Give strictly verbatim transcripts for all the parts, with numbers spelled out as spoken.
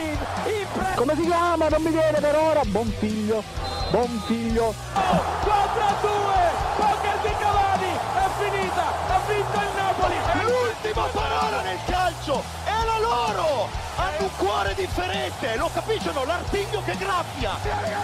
Higuain, impre- come si chiama? Non mi viene per ora. Buon figlio, buon figlio. quattro a due, poker di Cavani, è finita, ha vinto il Napoli. È l'ultima parola nel calcio, è la loro. Hanno un cuore differente, lo capiscono, l'artiglio che graffia.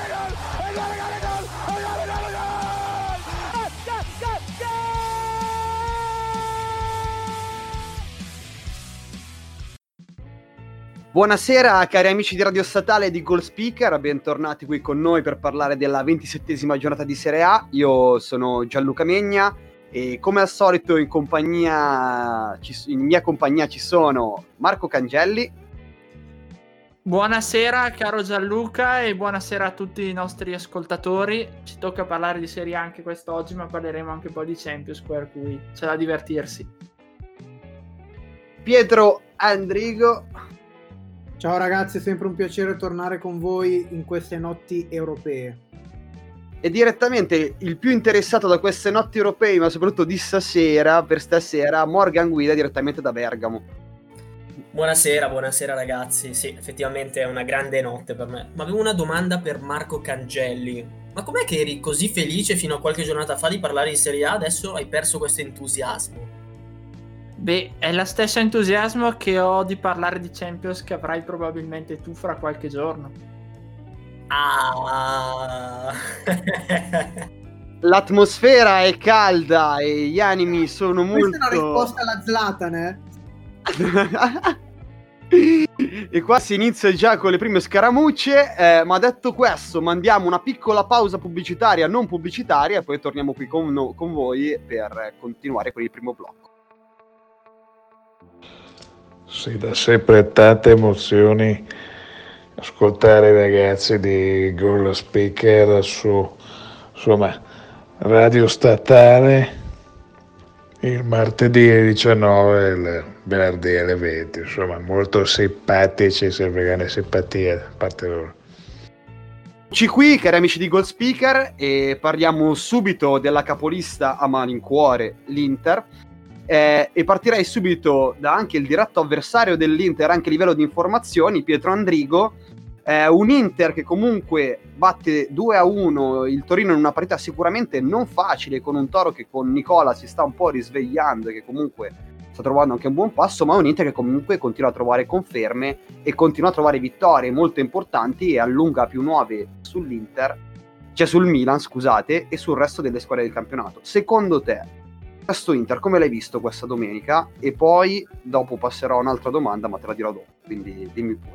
Buonasera cari amici di Radio Statale e di Goal Speaker, bentornati qui con noi per parlare della ventisettesima giornata di Serie A. Io sono Gianluca Megna e come al solito in compagnia in mia compagnia ci sono Marco Cangelli. Buonasera caro Gianluca e buonasera a tutti i nostri ascoltatori. Ci tocca parlare di Serie A anche quest'oggi, ma parleremo anche un po' di Champions, per cui c'è da divertirsi. Pietro Andrigo. Ciao ragazzi, è sempre un piacere tornare con voi in queste notti europee. E direttamente il più interessato da queste notti europee, ma soprattutto di stasera, per stasera, Morgan Guida direttamente da Bergamo. Buonasera, buonasera ragazzi. Sì, effettivamente è una grande notte per me. Ma avevo una domanda per Marco Cangelli. Ma com'è che eri così felice fino a qualche giornata fa di parlare di Serie A, adesso hai perso questo entusiasmo? Beh, è lo stesso entusiasmo che ho di parlare di Champions che avrai probabilmente tu fra qualche giorno. Ah. L'atmosfera è calda e gli animi sono molto... Questa è una risposta alla Zlatan, eh? E qua si inizia già con le prime scaramucce, eh, ma detto questo mandiamo una piccola pausa pubblicitaria, non pubblicitaria, e poi torniamo qui con, no, con voi per continuare con il primo blocco. Sì, dà sempre tante emozioni ascoltare i ragazzi di Goal Speaker su insomma, Radio Statale il martedì alle diciannove e il venerdì alle venti, insomma molto simpatici, sempre grande simpatia da parte loro. Eccoci qui cari amici di Goal Speaker e parliamo subito della capolista a malincuore, l'Inter. Eh, e partirei subito da anche il diretto avversario dell'Inter anche a livello di informazioni, Pietro Andrigo. Eh, un Inter che comunque batte due a uno il Torino in una partita sicuramente non facile, con un Toro che con Nicola si sta un po' risvegliando e che comunque sta trovando anche un buon passo, ma un Inter che comunque continua a trovare conferme e continua a trovare vittorie molto importanti e allunga più nove sull'Inter, cioè sul Milan scusate, e sul resto delle squadre del campionato. Secondo te questo Inter come l'hai visto questa domenica? E poi dopo passerò a un'altra domanda, ma te la dirò dopo, quindi dimmi pure.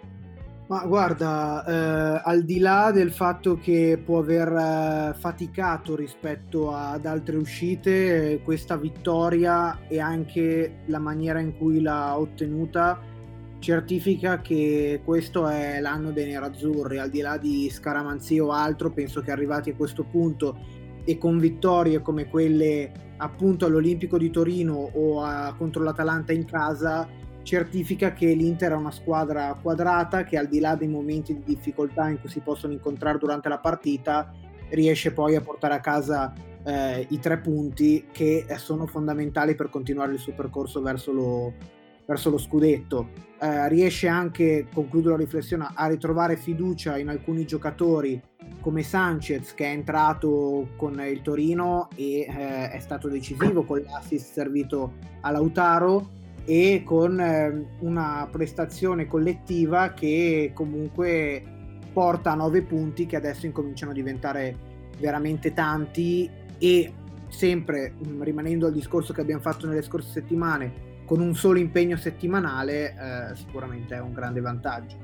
Ma guarda, eh, al di là del fatto che può aver eh, faticato rispetto ad altre uscite, eh, questa vittoria e anche la maniera in cui l'ha ottenuta certifica che questo è l'anno dei nerazzurri. Al di là di scaramanzie o altro, penso che arrivati a questo punto e con vittorie come quelle appunto all'Olimpico di Torino o a, contro l'Atalanta in casa, certifica che l'Inter è una squadra quadrata che al di là dei momenti di difficoltà in cui si possono incontrare durante la partita riesce poi a portare a casa eh, i tre punti che sono fondamentali per continuare il suo percorso verso lo, verso lo scudetto. Eh, riesce anche, concludo la riflessione, a ritrovare fiducia in alcuni giocatori come Sanchez, che è entrato con il Torino e eh, è stato decisivo con l'assist servito a Lautaro, e con eh, una prestazione collettiva che comunque porta a nove punti che adesso incominciano a diventare veramente tanti, e sempre mh, rimanendo al discorso che abbiamo fatto nelle scorse settimane, con un solo impegno settimanale eh, sicuramente è un grande vantaggio.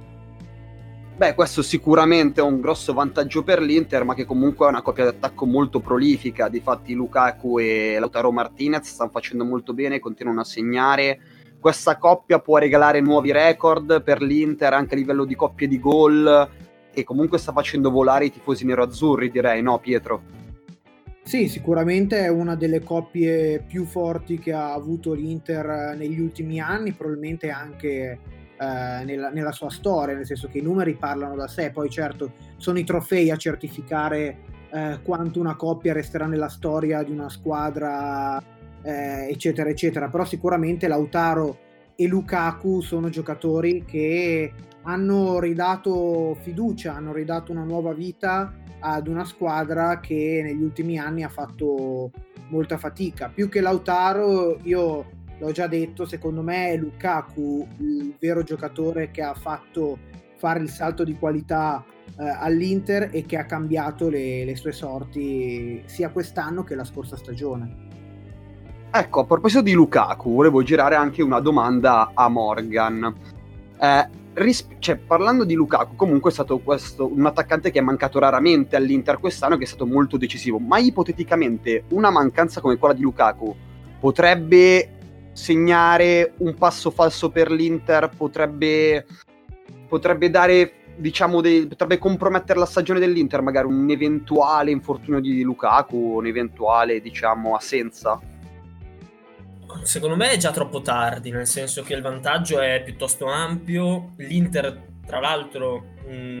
Beh, questo sicuramente è un grosso vantaggio per l'Inter, ma che comunque è una coppia d'attacco molto prolifica. Difatti Lukaku e Lautaro Martinez stanno facendo molto bene, continuano a segnare. Questa coppia può regalare nuovi record per l'Inter anche a livello di coppie di gol, e comunque sta facendo volare i tifosi nerazzurri, direi, no Pietro? Sì, sicuramente è una delle coppie più forti che ha avuto l'Inter negli ultimi anni, probabilmente anche eh, nella, nella sua storia, nel senso che i numeri parlano da sé. Poi certo sono i trofei a certificare eh, quanto una coppia resterà nella storia di una squadra, eh, eccetera eccetera, però sicuramente Lautaro e Lukaku sono giocatori che hanno ridato fiducia, hanno ridato una nuova vita ad una squadra che negli ultimi anni ha fatto molta fatica. Più che Lautaro, io l'ho già detto, secondo me è Lukaku il vero giocatore che ha fatto fare il salto di qualità eh, all'Inter e che ha cambiato le, le sue sorti sia quest'anno che la scorsa stagione. Ecco, a proposito di Lukaku, volevo girare anche una domanda a Morgan. Eh, ris- cioè, parlando di Lukaku, comunque è stato questo un attaccante che è mancato raramente all'Inter quest'anno, che è stato molto decisivo. Ma ipoteticamente una mancanza come quella di Lukaku potrebbe segnare un passo falso per l'Inter, potrebbe, potrebbe dare, diciamo, dei, potrebbe compromettere la stagione dell'Inter, magari un eventuale infortunio di Lukaku, un'eventuale, diciamo, assenza? Secondo me è già troppo tardi, nel senso che il vantaggio è piuttosto ampio. L'Inter, tra l'altro, mh,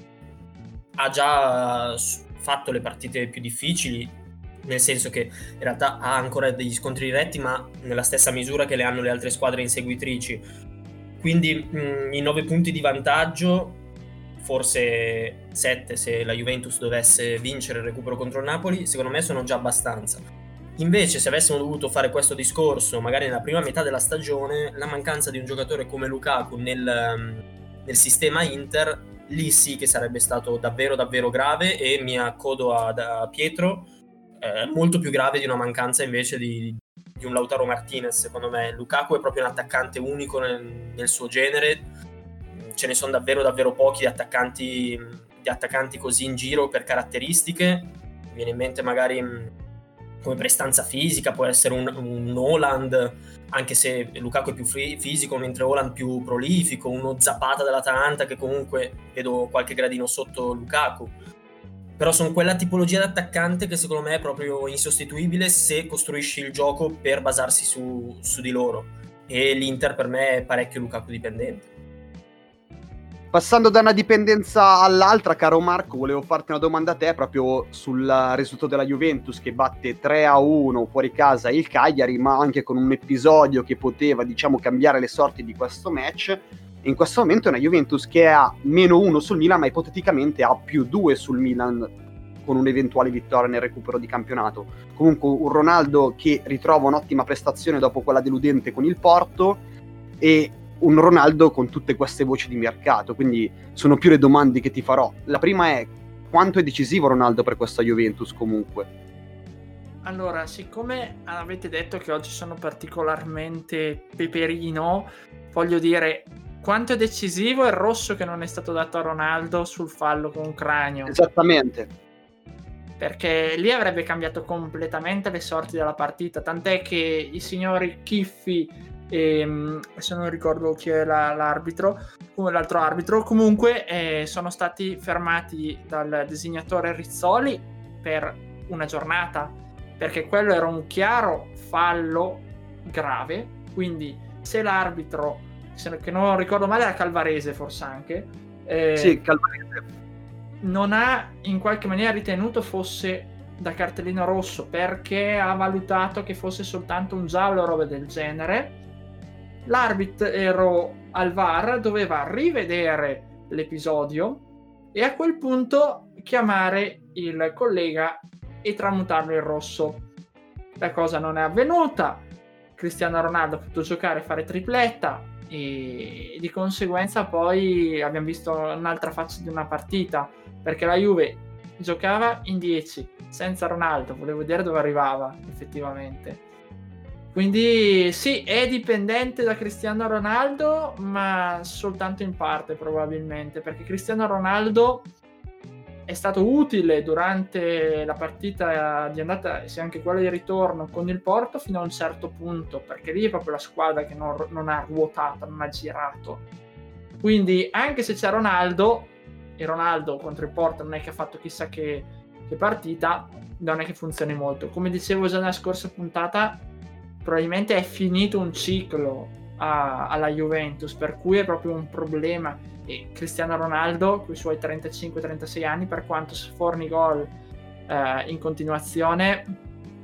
ha già fatto le partite più difficili, nel senso che in realtà ha ancora degli scontri diretti, ma nella stessa misura che le hanno le altre squadre inseguitrici. Quindi mh, i nove punti di vantaggio, forse sette se la Juventus dovesse vincere il recupero contro il Napoli, secondo me sono già abbastanza. Invece, se avessimo dovuto fare questo discorso magari nella prima metà della stagione, la mancanza di un giocatore come Lukaku nel, nel sistema Inter, lì sì che sarebbe stato davvero davvero grave, e mi accodo a, a Pietro, eh, molto più grave di una mancanza invece di, di un Lautaro Martinez. Secondo me Lukaku è proprio un attaccante unico nel, nel suo genere, ce ne sono davvero davvero pochi di attaccanti, di attaccanti così in giro per caratteristiche. Mi viene in mente magari come prestanza fisica può essere un, un Haaland, anche se Lukaku è più fi- fisico mentre Haaland più prolifico, uno Zapata dell'Atalanta che comunque vedo qualche gradino sotto Lukaku. Però sono quella tipologia di attaccante che secondo me è proprio insostituibile se costruisci il gioco per basarsi su, su di loro, e l'Inter per me è parecchio Lukaku dipendente. Passando da una dipendenza all'altra, caro Marco, volevo farti una domanda a te proprio sul risultato della Juventus che batte tre a uno fuori casa il Cagliari, ma anche con un episodio che poteva, diciamo, cambiare le sorti di questo match. In questo momento è una Juventus che ha meno uno sul Milan, ma ipoteticamente ha più due sul Milan con un'eventuale vittoria nel recupero di campionato. Comunque un Ronaldo che ritrova un'ottima prestazione dopo quella deludente con il Porto, e un Ronaldo con tutte queste voci di mercato. Quindi sono più le domande che ti farò. La prima è: quanto è decisivo Ronaldo per questa Juventus comunque? Allora, siccome avete detto che oggi sono particolarmente peperino, voglio dire quanto è decisivo il rosso che non è stato dato a Ronaldo sul fallo con Cranio. Esattamente. Perché lì avrebbe cambiato completamente le sorti della partita, tant'è che i signori Chiffi e se non ricordo chi è la, l'arbitro, come l'altro arbitro, comunque eh, sono stati fermati dal designatore Rizzoli per una giornata, perché quello era un chiaro fallo grave. Quindi se l'arbitro, se, che non ricordo male era Calvarese forse anche, eh, sì, Calvarese, non ha in qualche maniera ritenuto fosse da cartellino rosso, perché ha valutato che fosse soltanto un giallo o roba del genere, l'arbitro al V A R doveva rivedere l'episodio e a quel punto chiamare il collega e tramutarlo in rosso. La cosa non è avvenuta, Cristiano Ronaldo ha potuto giocare e fare tripletta, e di conseguenza poi abbiamo visto un'altra faccia di una partita, perché la Juve giocava in dieci senza Ronaldo, volevo vedere dove arrivava effettivamente. Quindi sì, è dipendente da Cristiano Ronaldo, ma soltanto in parte probabilmente, perché Cristiano Ronaldo è stato utile durante la partita di andata e anche quella di ritorno con il Porto fino a un certo punto, perché lì è proprio la squadra che non, non ha ruotato, non ha girato. Quindi anche se c'è Ronaldo, e Ronaldo contro il Porto non è che ha fatto chissà che, che partita, non è che funzioni molto. Come dicevo già nella scorsa puntata, probabilmente è finito un ciclo a, alla Juventus, per cui è proprio un problema. E Cristiano Ronaldo con i suoi trentacinque trentasei anni, per quanto sforni gol eh, in continuazione,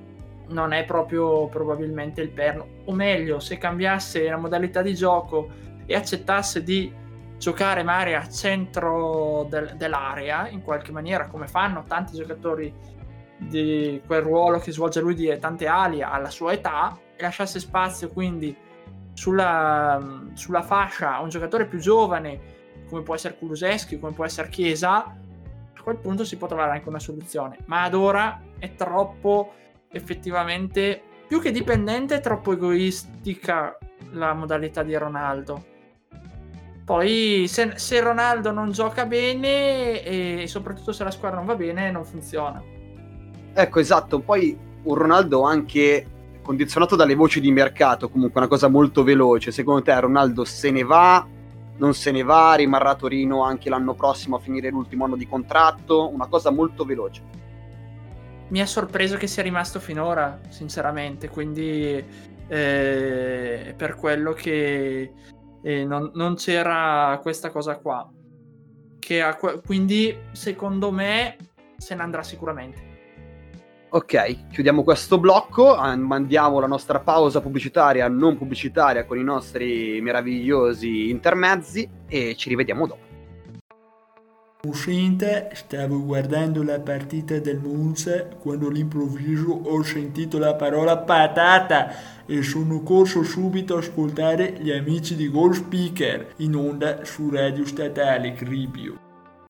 non è proprio probabilmente il perno, o meglio, se cambiasse la modalità di gioco e accettasse di giocare magari a centro del, dell'area in qualche maniera, come fanno tanti giocatori di quel ruolo che svolge lui di tante ali alla sua età, e lasciasse spazio quindi sulla, sulla fascia a un giocatore più giovane come può essere Kulusevski, come può essere Chiesa, a quel punto si può trovare anche una soluzione, ma ad ora è troppo effettivamente, più che dipendente, è troppo egoistica la modalità di Ronaldo. Poi se, se Ronaldo non gioca bene e soprattutto se la squadra non va bene, non funziona. Ecco, esatto. Poi un Ronaldo anche condizionato dalle voci di mercato, comunque una cosa molto veloce. Secondo te Ronaldo se ne va, non se ne va, rimarrà a Torino anche l'anno prossimo a finire l'ultimo anno di contratto? Una cosa molto veloce. Mi ha sorpreso che sia rimasto finora, sinceramente, quindi eh, per quello che eh, non, non c'era questa cosa qua. Che ha, quindi secondo me se ne andrà sicuramente. Ok, chiudiamo questo blocco, mandiamo la nostra pausa pubblicitaria, non pubblicitaria, con i nostri meravigliosi intermezzi e ci rivediamo dopo. Uscente, stavo guardando la partita del Monza quando all'improvviso ho sentito la parola patata e sono corso subito a ascoltare gli amici di Goal Speaker in onda su Radio Statale Cribio.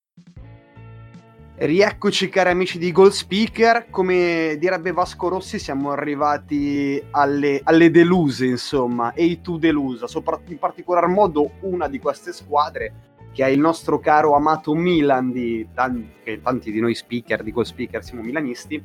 Rieccoci cari amici di Goal Speaker, come direbbe Vasco Rossi siamo arrivati alle, alle deluse, insomma, e tu delusa, in particolar modo una di queste squadre che è il nostro caro amato Milan, di tanti, che tanti di noi speaker, di Goal Speaker siamo milanisti,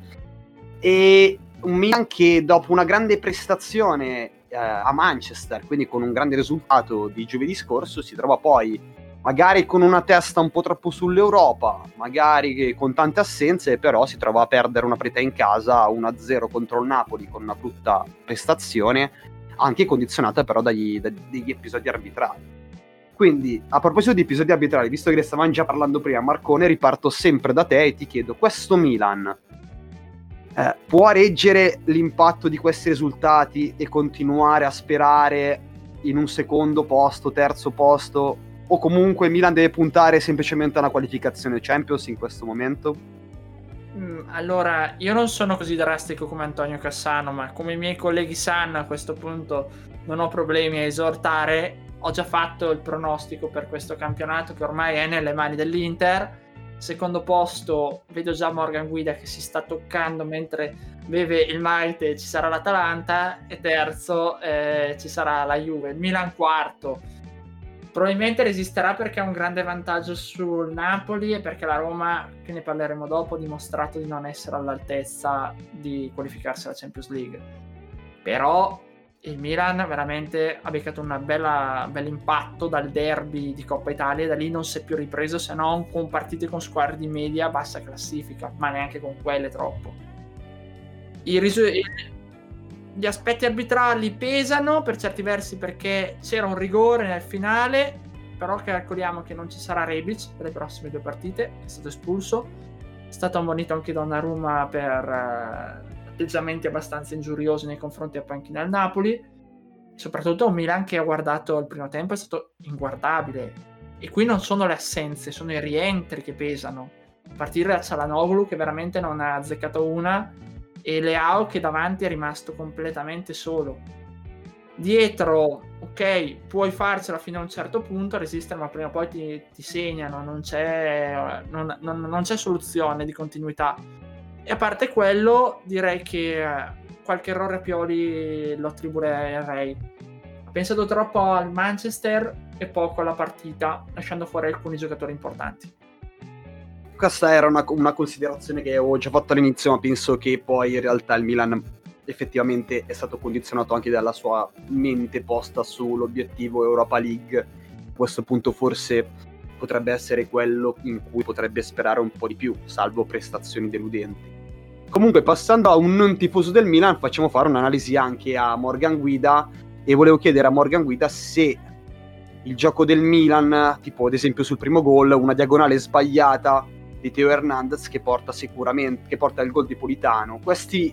e un Milan che dopo una grande prestazione eh, a Manchester, quindi con un grande risultato di giovedì scorso, si trova poi magari con una testa un po' troppo sull'Europa, magari con tante assenze, però si trova a perdere una partita in casa uno a zero contro il Napoli con una brutta prestazione, anche condizionata però dagli, dagli episodi arbitrali. Quindi, a proposito di episodi arbitrali, visto che ne stavamo già parlando prima, Marcone, riparto sempre da te e ti chiedo, questo Milan eh, può reggere l'impatto di questi risultati e continuare a sperare in un secondo posto, terzo posto, o comunque Milan deve puntare semplicemente a una qualificazione Champions in questo momento? Mm, allora, io non sono così drastico come Antonio Cassano, ma come i miei colleghi sanno, a questo punto non ho problemi a esortare. Ho già fatto il pronostico per questo campionato che ormai è nelle mani dell'Inter. Secondo posto vedo già Morgan Guida che si sta toccando mentre beve il Maite, ci sarà l'Atalanta, e terzo eh, ci sarà la Juve. Il Milan quarto probabilmente resisterà perché ha un grande vantaggio sul Napoli e perché la Roma, che ne parleremo dopo, ha dimostrato di non essere all'altezza di qualificarsi alla Champions League. Però il Milan veramente ha beccato un bel impatto dal derby di Coppa Italia e da lì non si è più ripreso, se non con partite con squadre di media bassa classifica, ma neanche con quelle troppo. I risu- gli aspetti arbitrali pesano per certi versi perché c'era un rigore nel finale, però calcoliamo che non ci sarà Rebic per le prossime due partite, è stato espulso, è stato ammonito anche Donnarumma per uh, atteggiamenti abbastanza ingiuriosi nei confronti a panchina al Napoli, soprattutto un Milan che ha guardato il primo tempo è stato inguardabile, e qui non sono le assenze, sono i rientri che pesano, a partire da Çalhanoğlu che veramente non ha azzeccato una, e Leao che davanti è rimasto completamente solo. Dietro, ok, puoi farcela fino a un certo punto, resistere, ma prima o poi ti, ti segnano, non c'è, non, non, non c'è soluzione di continuità. E a parte quello, direi che qualche errore a Pioli lo attribuirei. Ha pensato troppo al Manchester e poco alla partita, lasciando fuori alcuni giocatori importanti. Questa era una, una considerazione che avevo già fatto all'inizio, ma penso che poi in realtà il Milan effettivamente è stato condizionato anche dalla sua mente posta sull'obiettivo Europa League. A questo punto forse potrebbe essere quello in cui potrebbe sperare un po' di più, salvo prestazioni deludenti. Comunque, passando a un non tifoso del Milan, facciamo fare un'analisi anche a Morgan Guida, e volevo chiedere a Morgan Guida se il gioco del Milan, tipo ad esempio sul primo gol, una diagonale sbagliata di Theo Hernandez che porta sicuramente che porta il gol di Politano, questi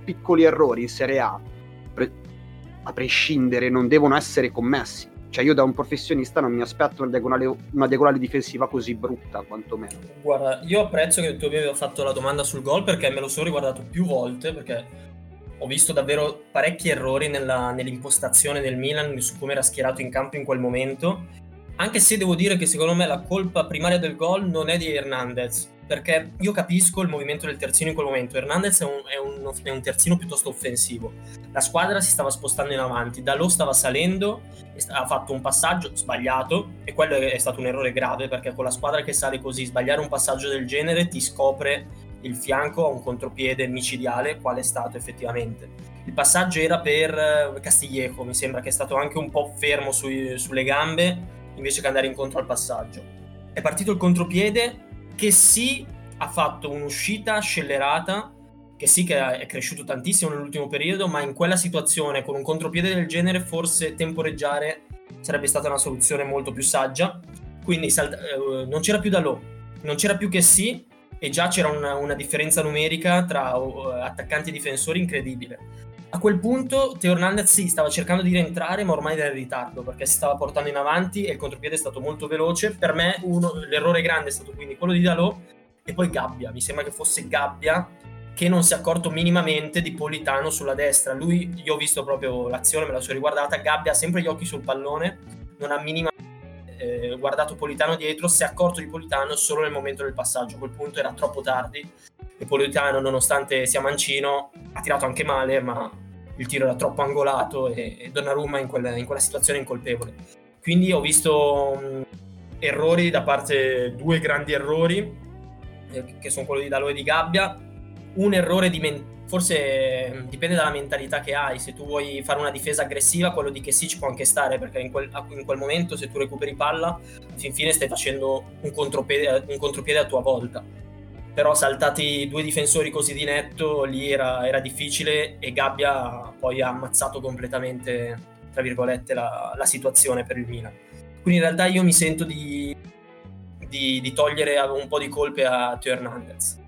piccoli errori in Serie A, pre- a prescindere, non devono essere commessi. Cioè io da un professionista non mi aspetto una diagonale, una diagonale difensiva così brutta, quantomeno. Guarda, io apprezzo che tu mi abbia fatto la domanda sul gol, perché me lo sono riguardato più volte, perché ho visto davvero parecchi errori nella, nell'impostazione del Milan su come era schierato in campo in quel momento, anche se devo dire che secondo me la colpa primaria del gol non è di Hernandez, perché io capisco il movimento del terzino in quel momento. Hernandez è un, è un, è un terzino piuttosto offensivo, la squadra si stava spostando in avanti, Dalot stava salendo, ha fatto un passaggio sbagliato, e quello è stato un errore grave, perché con la squadra che sale così, sbagliare un passaggio del genere ti scopre il fianco a un contropiede micidiale, quale è stato effettivamente. Il passaggio era per Castillejo, mi sembra che è stato anche un po' fermo sui, sulle gambe invece che andare incontro al passaggio. È partito il contropiede, che sì ha fatto un'uscita scellerata, che sì che è cresciuto tantissimo nell'ultimo periodo, ma in quella situazione con un contropiede del genere forse temporeggiare sarebbe stata una soluzione molto più saggia. Quindi salta- eh, non c'era più Dalot, non c'era più che sì, e già c'era una, una differenza numerica tra uh, attaccanti e difensori incredibile. A quel punto Theo Hernandez sì, stava cercando di rientrare, ma ormai era in ritardo, perché si stava portando in avanti e il contropiede è stato molto veloce. Per me uno, l'errore grande è stato quindi quello di Dalot, e poi Gabbia, mi sembra che fosse Gabbia che non si è accorto minimamente di Politano sulla destra. Lui, io ho visto proprio l'azione, me la sono riguardata, Gabbia ha sempre gli occhi sul pallone, non ha minimamente eh, guardato Politano dietro, si è accorto di Politano solo nel momento del passaggio. A quel punto era troppo tardi e Politano, nonostante sia mancino, ha tirato anche male, ma il tiro era troppo angolato e, e Donnarumma in quella, in quella situazione è incolpevole. Quindi ho visto um, errori da parte, due grandi errori, eh, che sono quello di Dalot e di Gabbia. Un errore di men- forse dipende dalla mentalità che hai. Se tu vuoi fare una difesa aggressiva, quello di che sì ci può anche stare, perché in quel, in quel momento, se tu recuperi palla, fin fine stai facendo un contropiede, un contropiede a tua volta. Però saltati due difensori così di netto, lì era, era difficile, e Gabbia poi ha ammazzato completamente, tra virgolette, la, la situazione per il Milan. Quindi in realtà io mi sento di, di, di togliere un po' di colpe a Theo Hernandez.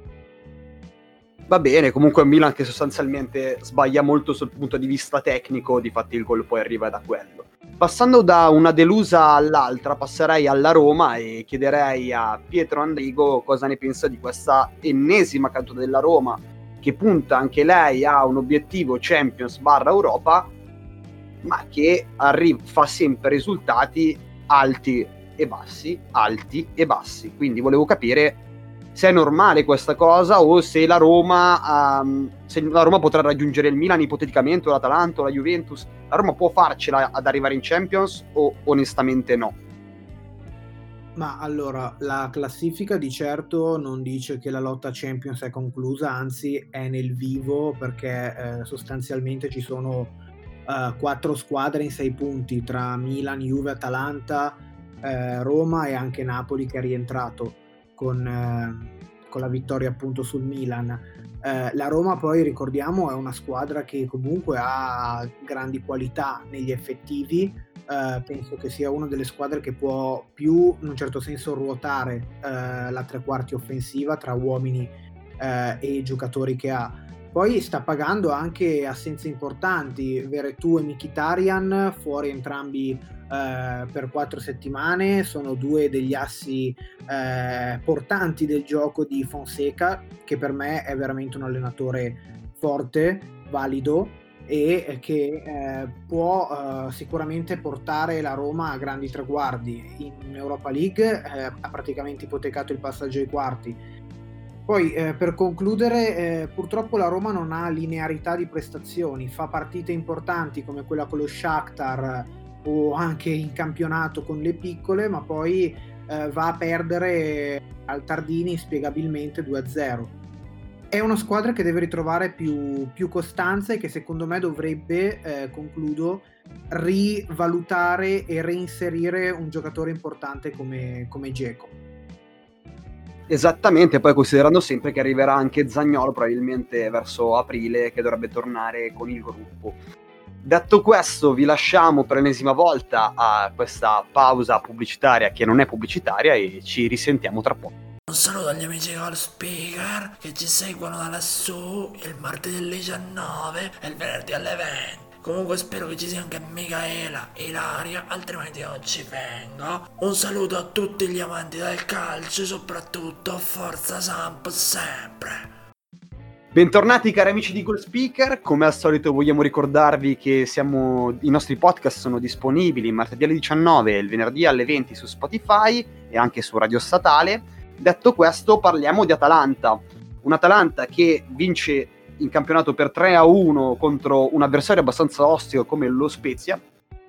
Va bene, comunque Milan che sostanzialmente sbaglia molto sul punto di vista tecnico, difatti il gol poi arriva da quello. Passando da una delusa all'altra, passerei alla Roma e chiederei a Pietro Andrigo cosa ne pensa di questa ennesima caduta della Roma, che punta anche lei a un obiettivo Champions barra Europa, ma che arriva, fa sempre risultati alti e bassi, alti e bassi. Quindi volevo capire se è normale questa cosa, o se la Roma um, se la Roma potrà raggiungere il Milan ipoteticamente, o l'Atalanta o la Juventus. La Roma può farcela ad arrivare in Champions o onestamente no? Ma allora, la classifica di certo non dice che la lotta Champions è conclusa, anzi è nel vivo, perché eh, sostanzialmente ci sono uh, quattro squadre in sei punti tra Milan, Juve, Atalanta, eh, Roma e anche Napoli, che è rientrato con, eh, con la vittoria appunto sul Milan. Eh, la Roma poi, ricordiamo, è una squadra che comunque ha grandi qualità negli effettivi. Eh, penso che sia una delle squadre che può più in un certo senso ruotare eh, la tre quarti offensiva tra uomini eh, e giocatori che ha. Poi sta pagando anche assenze importanti, Veretout e Mkhitaryan fuori entrambi eh, per quattro settimane, sono due degli assi eh, portanti del gioco di Fonseca, che per me è veramente un allenatore forte, valido, e che eh, può eh, sicuramente portare la Roma a grandi traguardi. In Europa League eh, ha praticamente ipotecato il passaggio ai quarti. Poi eh, per concludere, eh, purtroppo la Roma non ha linearità di prestazioni, fa partite importanti come quella con lo Shakhtar o anche in campionato con le piccole, ma poi eh, va a perdere al Tardini inspiegabilmente due a zero. È una squadra che deve ritrovare più, più costanza e che secondo me dovrebbe, eh, concludo, rivalutare e reinserire un giocatore importante come, come Dzeko. Esattamente, poi considerando sempre che arriverà anche Zaniolo probabilmente verso aprile, che dovrebbe tornare con il gruppo. Detto questo, vi lasciamo per l'ennesima volta a questa pausa pubblicitaria che non è pubblicitaria e ci risentiamo tra poco. Un saluto agli amici Goal Speaker che ci seguono da lassù il martedì alle diciannove e il venerdì alle venti. Comunque spero che ci sia anche Michaela, Ilaria, altrimenti oggi vengo. Un saluto a tutti gli amanti del calcio e soprattutto Forza Samp sempre. Bentornati cari amici di Goal Speaker, come al solito vogliamo ricordarvi che siamo, i nostri podcast sono disponibili martedì alle diciannove e il venerdì alle venti su Spotify e anche su Radio Statale. Detto questo, parliamo di Atalanta, un Atalanta che vince in campionato per tre a uno contro un avversario abbastanza ostico come lo Spezia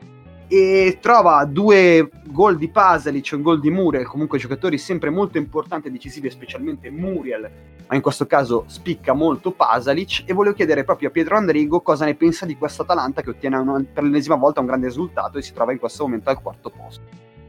e trova due gol di Pasalic e un gol di Muriel, comunque giocatori sempre molto importanti e decisivi, specialmente Muriel, ma in questo caso spicca molto Pasalic. E volevo chiedere proprio a Pietro Andrigo cosa ne pensa di questa Atalanta che ottiene una, per l'ennesima volta un grande risultato e si trova in questo momento al quarto posto.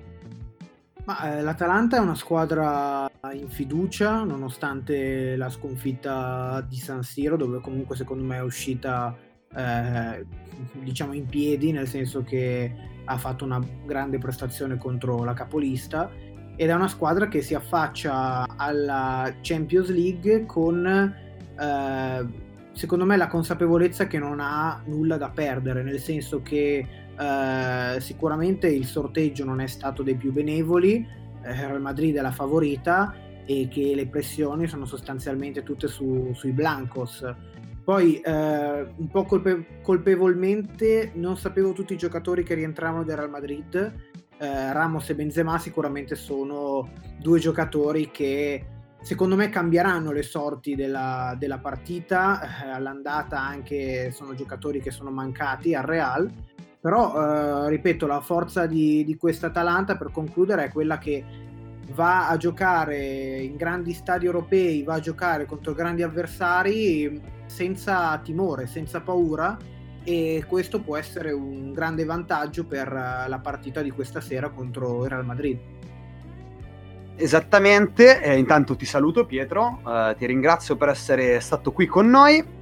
Ma, eh, l'Atalanta è una squadra in fiducia nonostante la sconfitta di San Siro, dove comunque secondo me è uscita eh, diciamo in piedi, nel senso che ha fatto una grande prestazione contro la capolista, ed è una squadra che si affaccia alla Champions League con eh, secondo me la consapevolezza che non ha nulla da perdere, nel senso che eh, sicuramente il sorteggio non è stato dei più benevoli, eh, Real Madrid è la favorita e che le pressioni sono sostanzialmente tutte su, sui blancos. Poi eh, un po' colpe- colpevolmente non sapevo tutti i giocatori che rientravano del Real Madrid. eh, Ramos e Benzema sicuramente sono due giocatori che secondo me cambieranno le sorti della, della partita. eh, all'andata anche sono giocatori che sono mancati al Real, però eh, ripeto, la forza di, di questa Atalanta, per concludere, è quella che va a giocare in grandi stadi europei, va a giocare contro grandi avversari senza timore, senza paura, e questo può essere un grande vantaggio per la partita di questa sera contro il Real Madrid. Esattamente, eh, intanto ti saluto Pietro, eh, ti ringrazio per essere stato qui con noi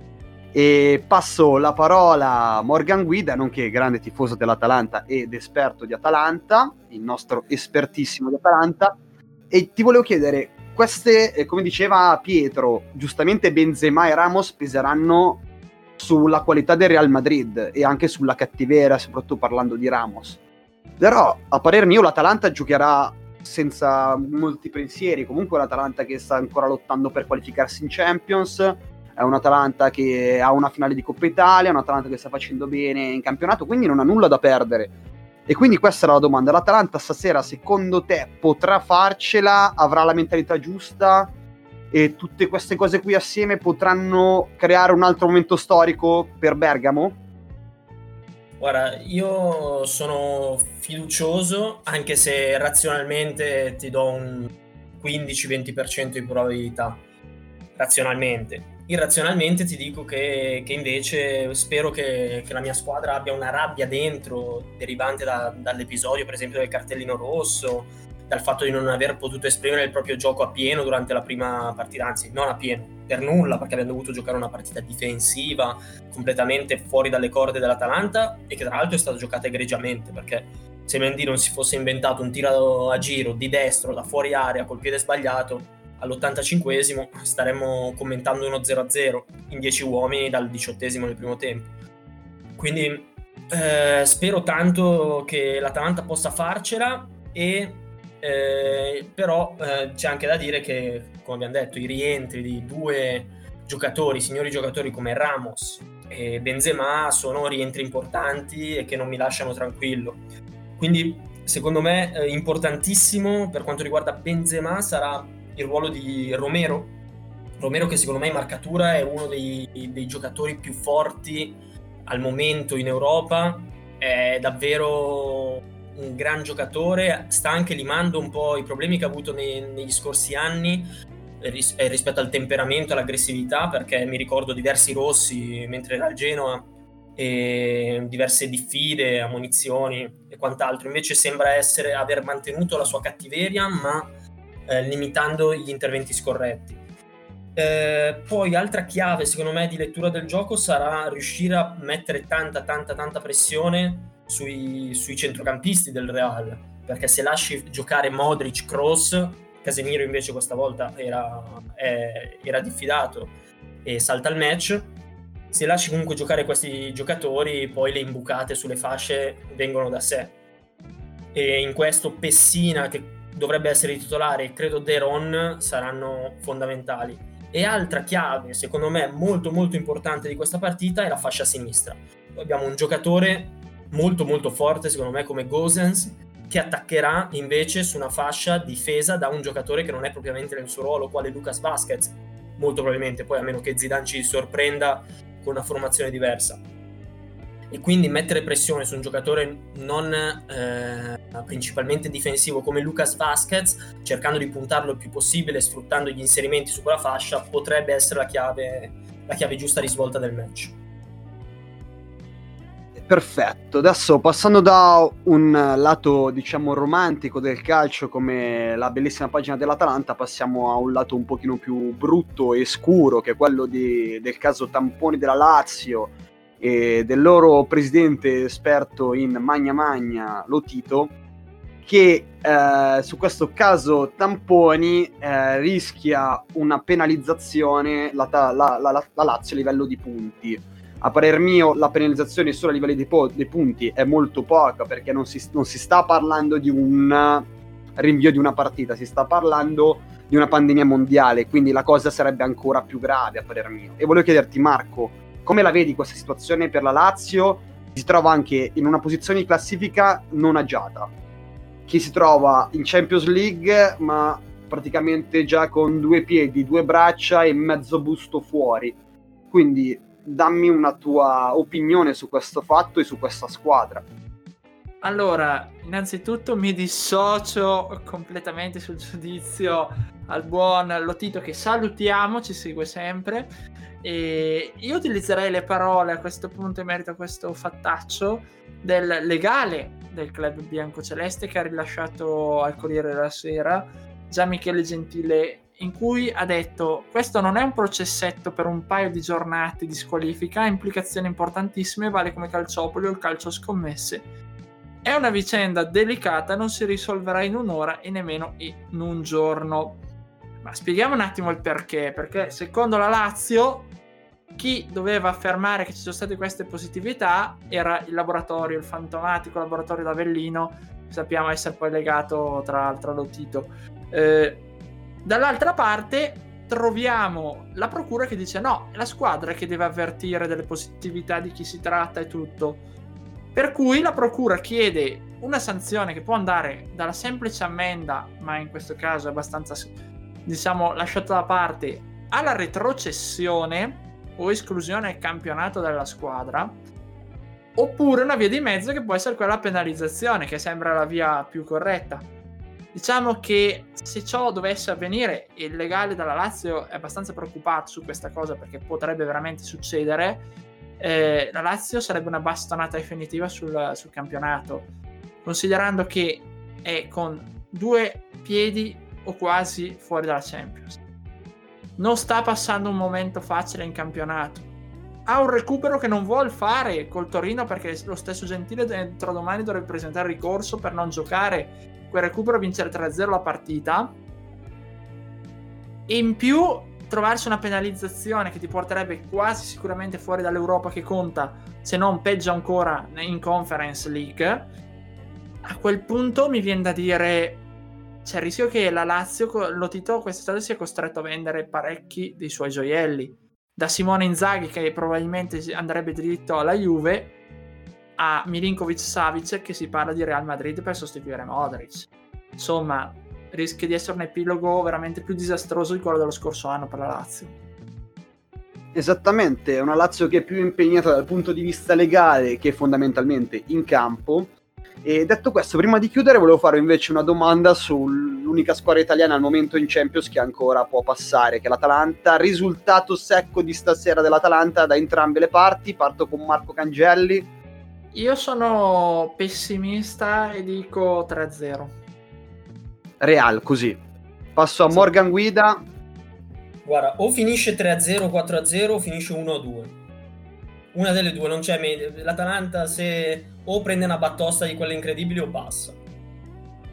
e passo la parola a Morgan Guida, nonché grande tifoso dell'Atalanta ed esperto di Atalanta, il nostro espertissimo di Atalanta, e ti volevo chiedere, queste, eh, come diceva Pietro, giustamente Benzema e Ramos peseranno sulla qualità del Real Madrid e anche sulla cattiveria, soprattutto parlando di Ramos, però a parer mio l'Atalanta giocherà senza molti pensieri. Comunque l'Atalanta che sta ancora lottando per qualificarsi in Champions, è un'Atalanta che ha una finale di Coppa Italia, è un'Atalanta che sta facendo bene in campionato, quindi non ha nulla da perdere. E quindi questa era la domanda: l'Atalanta stasera secondo te potrà farcela? Avrà la mentalità giusta? E tutte queste cose qui assieme potranno creare un altro momento storico per Bergamo? Guarda, io sono fiducioso, anche se razionalmente ti do un quindici venti per cento di probabilità. Razionalmente. Irrazionalmente ti dico che, che invece spero che, che la mia squadra abbia una rabbia dentro, derivante da, dall'episodio per esempio del cartellino rosso, dal fatto di non aver potuto esprimere il proprio gioco a pieno durante la prima partita, anzi non a pieno, per nulla, perché abbiamo dovuto giocare una partita difensiva completamente fuori dalle corde dell'Atalanta e che tra l'altro è stata giocata egregiamente, perché se Mendy non si fosse inventato un tiro a giro di destro da fuori area col piede sbagliato all'ottantacinquesimo staremmo commentando uno zero a zero in dieci uomini dal diciottesimo del primo tempo. Quindi eh, spero tanto che l'Atalanta possa farcela, e eh, però eh, c'è anche da dire che, come abbiamo detto, i rientri di due giocatori, signori giocatori come Ramos e Benzema sono rientri importanti e che non mi lasciano tranquillo. Quindi secondo me eh, importantissimo per quanto riguarda Benzema sarà il ruolo di Romero Romero che secondo me in marcatura è uno dei, dei giocatori più forti al momento in Europa, è davvero un gran giocatore, sta anche limando un po' i problemi che ha avuto nei, negli scorsi anni ris- rispetto al temperamento, all'aggressività, perché mi ricordo diversi rossi mentre era al Genoa e diverse diffide, ammonizioni e quant'altro. Invece sembra essere aver mantenuto la sua cattiveria, ma eh, limitando gli interventi scorretti. Eh, poi altra chiave secondo me di lettura del gioco sarà riuscire a mettere tanta tanta tanta pressione sui, sui centrocampisti del Real, perché se lasci giocare Modric, Kroos Casemiro invece questa volta era, è, era diffidato e salta il match. Se lasci comunque giocare questi giocatori, poi le imbucate sulle fasce vengono da sé, e in questo Pessina, che dovrebbe essere titolare, e credo De Ron saranno fondamentali. E altra chiave, secondo me molto molto importante di questa partita, è la fascia sinistra. Abbiamo un giocatore molto molto forte secondo me come Gosens, che attaccherà invece su una fascia difesa da un giocatore che non è propriamente nel suo ruolo, quale Lucas Vázquez, molto probabilmente, poi a meno che Zidane ci sorprenda con una formazione diversa. E quindi mettere pressione su un giocatore non eh, principalmente difensivo come Lucas Vázquez, cercando di puntarlo il più possibile, sfruttando gli inserimenti su quella fascia, potrebbe essere la chiave, la chiave giusta di svolta del match. Perfetto, adesso passando da un lato diciamo romantico del calcio come la bellissima pagina dell'Atalanta, passiamo a un lato un pochino più brutto e scuro, che è quello di, del caso Tamponi della Lazio e del loro presidente esperto in Magna Magna, Lotito, che eh, su questo caso Tamponi eh, rischia una penalizzazione la, la, la, la, la Lazio a livello di punti. A parer mio la penalizzazione solo a livello dei, po- dei punti è molto poca, perché non si, non si sta parlando di un rinvio di una partita, si sta parlando di una pandemia mondiale, quindi la cosa sarebbe ancora più grave a parer mio. E volevo chiederti, Marco, come la vedi questa situazione per la Lazio? Si trova anche in una posizione di classifica non agiata, che si trova in Champions League ma praticamente già con due piedi, due braccia e mezzo busto fuori, quindi dammi una tua opinione su questo fatto e su questa squadra. Allora, innanzitutto mi dissocio completamente sul giudizio al buon Lotito, che salutiamo, ci segue sempre, e io utilizzerei le parole a questo punto in merito a questo fattaccio del legale del club biancoceleste che ha rilasciato al Corriere della Sera, Gian Michele Gentile, in cui ha detto: questo non è un processetto per un paio di giornate di squalifica, ha implicazioni importantissime, vale come Calciopoli o il calcio scommesse. È una vicenda delicata, non si risolverà in un'ora e nemmeno in un giorno. Ma spieghiamo un attimo il perché, perché secondo la Lazio chi doveva affermare che ci sono state queste positività era il laboratorio, il fantomatico laboratorio d'Avellino, che sappiamo essere poi legato tra l'altro a Lotito. Eh, Dall'altra parte troviamo la procura che dice no, è la squadra che deve avvertire delle positività di chi si tratta e tutto. Per cui la procura chiede una sanzione che può andare dalla semplice ammenda, ma in questo caso è abbastanza, diciamo, lasciata da parte, alla retrocessione o esclusione al campionato della squadra, oppure una via di mezzo che può essere quella penalizzazione, che sembra la via più corretta. Diciamo che se ciò dovesse avvenire, il legale della Lazio è abbastanza preoccupato su questa cosa, perché potrebbe veramente succedere, eh, la Lazio sarebbe una bastonata definitiva sul, sul campionato, considerando che è con due piedi o quasi fuori dalla Champions. Non sta passando un momento facile in campionato. Ha un recupero che non vuol fare col Torino, perché lo stesso Gentile dentro domani dovrebbe presentare ricorso per non giocare quel recupero, vincere tre a zero la partita, e in più trovarsi una penalizzazione che ti porterebbe quasi sicuramente fuori dall'Europa, che conta, se non peggio ancora, in Conference League. A quel punto mi viene da dire c'è il rischio che la Lazio, Lotito quest'estate, sia costretto a vendere parecchi dei suoi gioielli, da Simone Inzaghi, che probabilmente andrebbe diritto alla Juve, a Milinkovic-Savic, che si parla di Real Madrid per sostituire Modric. Insomma, rischia di essere un epilogo veramente più disastroso di quello dello scorso anno per la Lazio. Esattamente, è una Lazio che è più impegnata dal punto di vista legale che fondamentalmente in campo. E detto questo, prima di chiudere volevo fare invece una domanda sull'unica squadra italiana al momento in Champions che ancora può passare, che è l'Atalanta. Risultato secco di stasera dell'Atalanta da entrambe le parti. Parto con Marco Cangelli. Io sono pessimista e dico tre a zero. Real, così. Passo a sì. Morgan Guida. Guarda, o finisce tre a zero, quattro a zero, o finisce uno a due. Una delle due, non c'è media. L'Atalanta se o prende una batosta di quelle incredibili o passa.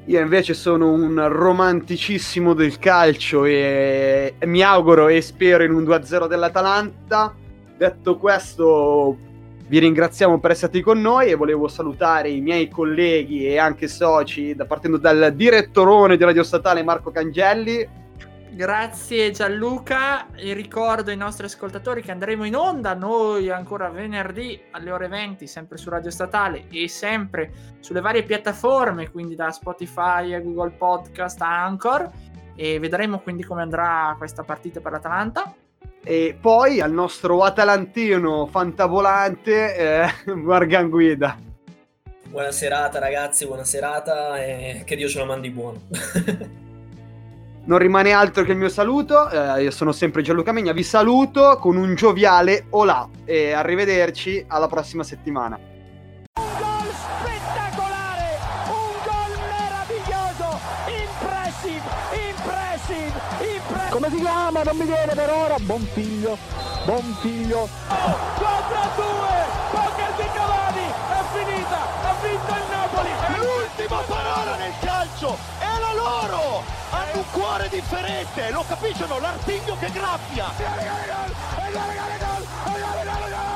Io invece sono un romanticissimo del calcio e mi auguro e spero in un due a zero dell'Atalanta. Detto questo, vi ringraziamo per essere stati con noi e volevo salutare i miei colleghi e anche soci, da partendo dal direttorone di Radio Statale Marco Cangelli. Grazie Gianluca, e ricordo ai nostri ascoltatori che andremo in onda noi ancora venerdì alle ore venti, sempre su Radio Statale e sempre sulle varie piattaforme, quindi da Spotify a Google Podcast a Anchor, e vedremo quindi come andrà questa partita per l'Atalanta. E poi al nostro atalantino fantavolante eh, Morgan Guida. Buona serata ragazzi, buona serata e che Dio ce la mandi buono. Non rimane altro che il mio saluto, eh, io sono sempre Gianluca Megna, vi saluto con un gioviale olà e arrivederci alla prossima settimana. Un gol spettacolare, un gol meraviglioso, impressive, impressive, impressive. Come si chiama? Non mi viene per ora, buon figlio, buon figlio. Oh, quattro a due, poker di Cavani, è finita, ha vinto il Napoli. L'ultima parola nel calcio è la loro! Hanno un cuore differente, lo capiscono, l'artiglio che graffia!